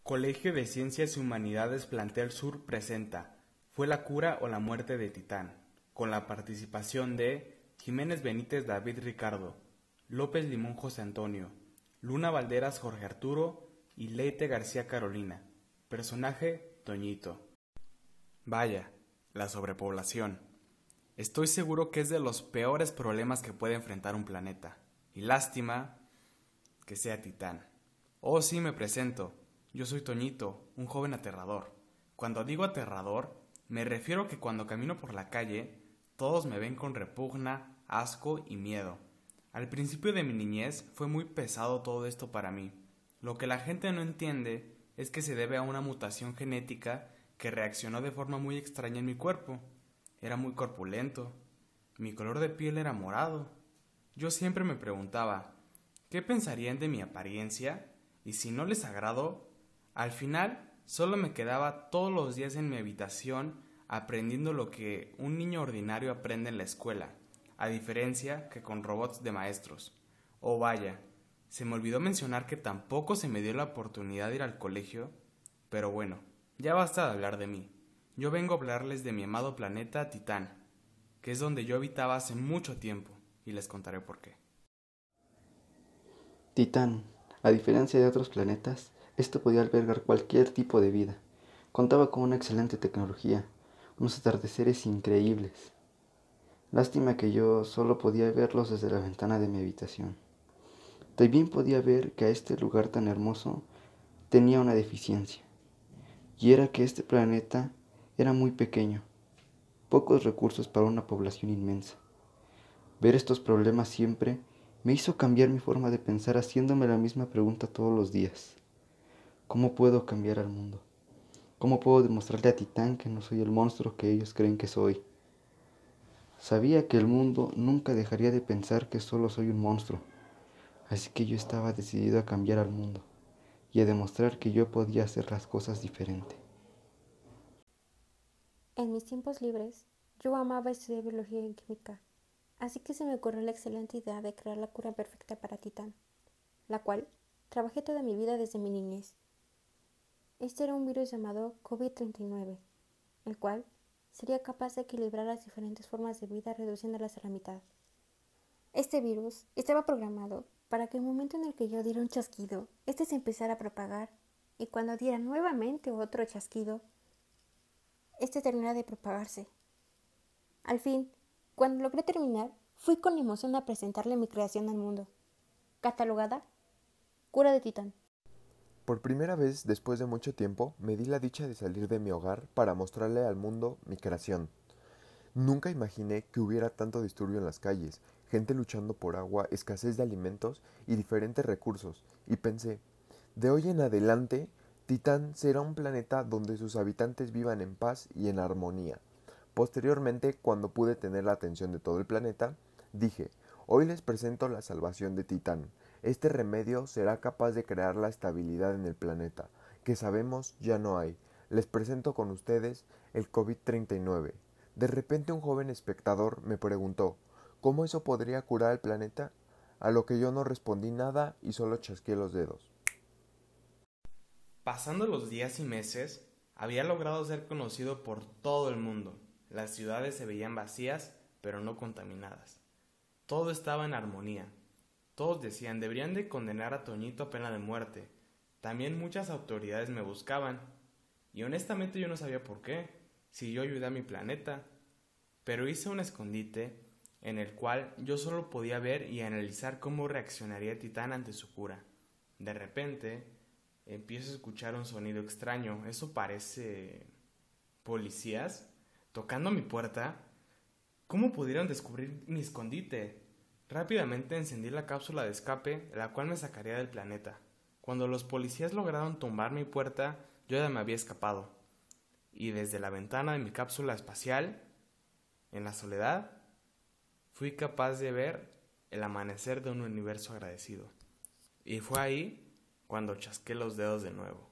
Colegio de Ciencias y Humanidades Plantel Sur presenta ¿Fue la cura o la muerte de Titán?, con la participación de Jiménez Benítez David Ricardo, López Limón José Antonio, Luna Valderas Jorge Arturo y Leite García Carolina. Personaje Toñito. Vaya, la sobrepoblación. Estoy seguro que es de los peores problemas que puede enfrentar un planeta. Y lástima que sea Titán. Oh, sí, me presento. Yo soy Toñito, un joven aterrador. Cuando digo aterrador, me refiero a que cuando camino por la calle, todos me ven con repugna, asco y miedo. Al principio de mi niñez fue muy pesado todo esto para mí. Lo que la gente no entiende es que se debe a una mutación genética que reaccionó de forma muy extraña en mi cuerpo. Era muy corpulento. Mi color de piel era morado. Yo siempre me preguntaba, ¿qué pensarían de mi apariencia? Y si no les agradó, al final solo me quedaba todos los días en mi habitación aprendiendo lo que un niño ordinario aprende en la escuela, a diferencia que con robots de maestros. Oh vaya, se me olvidó mencionar que tampoco se me dio la oportunidad de ir al colegio, pero bueno, ya basta de hablar de mí. Yo vengo a hablarles de mi amado planeta Titán, que es donde yo habitaba hace mucho tiempo, y les contaré por qué. Titán, a diferencia de otros planetas, este podía albergar cualquier tipo de vida. Contaba con una excelente tecnología, unos atardeceres increíbles. Lástima que yo solo podía verlos desde la ventana de mi habitación. También podía ver que a este lugar tan hermoso tenía una deficiencia, y era que este planeta era muy pequeño, pocos recursos para una población inmensa. Ver estos problemas siempre me hizo cambiar mi forma de pensar haciéndome la misma pregunta todos los días. ¿Cómo puedo cambiar al mundo? ¿Cómo puedo demostrarle a Titán que no soy el monstruo que ellos creen que soy? Sabía que el mundo nunca dejaría de pensar que solo soy un monstruo, así que yo estaba decidido a cambiar al mundo y a demostrar que yo podía hacer las cosas diferente. En mis tiempos libres, yo amaba estudiar biología y química, así que se me ocurrió la excelente idea de crear la cura perfecta para Titán, la cual trabajé toda mi vida desde mi niñez. Este era un virus llamado COVID-39, el cual sería capaz de equilibrar las diferentes formas de vida reduciéndolas a la mitad. Este virus estaba programado para que el momento en el que yo diera un chasquido, este se empezara a propagar, y cuando diera nuevamente otro chasquido, este terminara de propagarse. Al fin, cuando logré terminar, fui con emoción a presentarle mi creación al mundo, catalogada Cura de Titán. Por primera vez después de mucho tiempo me di la dicha de salir de mi hogar para mostrarle al mundo mi creación. Nunca imaginé que hubiera tanto disturbio en las calles, gente luchando por agua, escasez de alimentos y diferentes recursos, y pensé, de hoy en adelante, Titán será un planeta donde sus habitantes vivan en paz y en armonía. Posteriormente, cuando pude tener la atención de todo el planeta, dije, hoy les presento la salvación de Titán. Este remedio será capaz de crear la estabilidad en el planeta, que sabemos ya no hay. Les presento con ustedes el COVID-39. De repente un joven espectador me preguntó, ¿cómo eso podría curar el planeta? A lo que yo no respondí nada y solo chasqué los dedos. Pasando los días y meses, había logrado ser conocido por todo el mundo. Las ciudades se veían vacías, pero no contaminadas. Todo estaba en armonía. Todos decían, deberían de condenar a Toñito a pena de muerte. También muchas autoridades me buscaban. Y honestamente yo no sabía por qué, si yo ayudé a mi planeta. Pero hice un escondite en el cual yo solo podía ver y analizar cómo reaccionaría Titán ante su cura. De repente, empiezo a escuchar un sonido extraño. Eso parece policías tocando mi puerta. ¿Cómo pudieron descubrir mi escondite? Rápidamente encendí la cápsula de escape, la cual me sacaría del planeta. Cuando los policías lograron tumbar mi puerta, yo ya me había escapado. Y desde la ventana de mi cápsula espacial, en la soledad, fui capaz de ver el amanecer de un universo agradecido. Y fue ahí cuando chasqué los dedos de nuevo.